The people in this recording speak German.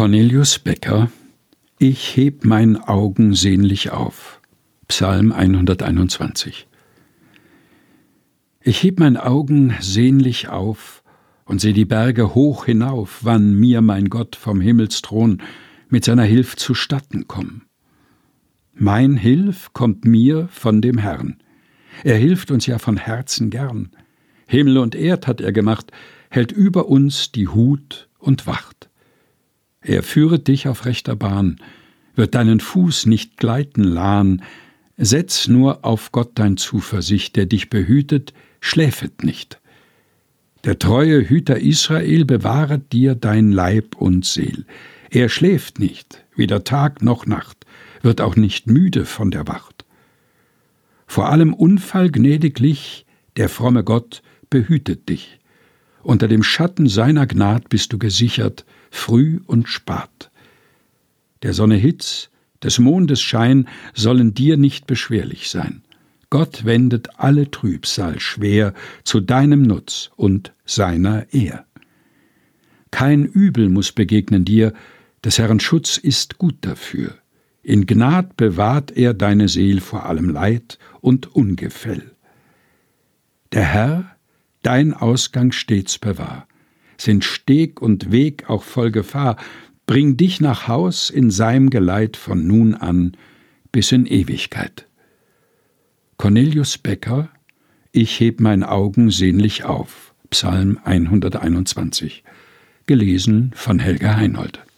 Cornelius Becker: Ich heb mein Augen sehnlich auf. Psalm 121. Ich heb mein Augen sehnlich auf und seh die Berge hoch hinauf, wann mir mein Gott vom Himmelsthron mit seiner Hilf zustatten komm. Mein Hilf kommt mir von dem Herrn. Er hilft uns ja von Herzen gern. Himmel und Erd hat er gemacht, hält über uns die Hut und Wacht. Er führet dich auf rechter Bahn, wird deinen Fuß nicht gleiten lahn. Setz nur auf Gott dein Zuversicht, der dich behütet, schläfet nicht. Der treue Hüter Israel bewahret dir dein Leib und Seel. Er schläft nicht, weder Tag noch Nacht, wird auch nicht müde von der Wacht. Vor allem Unfall gnädiglich, der fromme Gott behütet dich. Unter dem Schatten seiner Gnad bist du gesichert, früh und spat. Der Sonne Hitz, des Mondes Schein sollen dir nicht beschwerlich sein. Gott wendet alle Trübsal schwer zu deinem Nutz und seiner Ehr. Kein Übel muß begegnen dir, des Herrn Schutz ist gut dafür. In Gnad bewahrt er deine Seel vor allem Leid und Ungefäll. Der Herr, dein Ausgang stets bewahr, sind Steg und Weg auch voll Gefahr, bring dich nach Haus in seinem Geleit von nun an bis in Ewigkeit. Cornelius Becker: Ich heb mein Augen sehnlich auf. Psalm 121. Gelesen von Helga Heinold.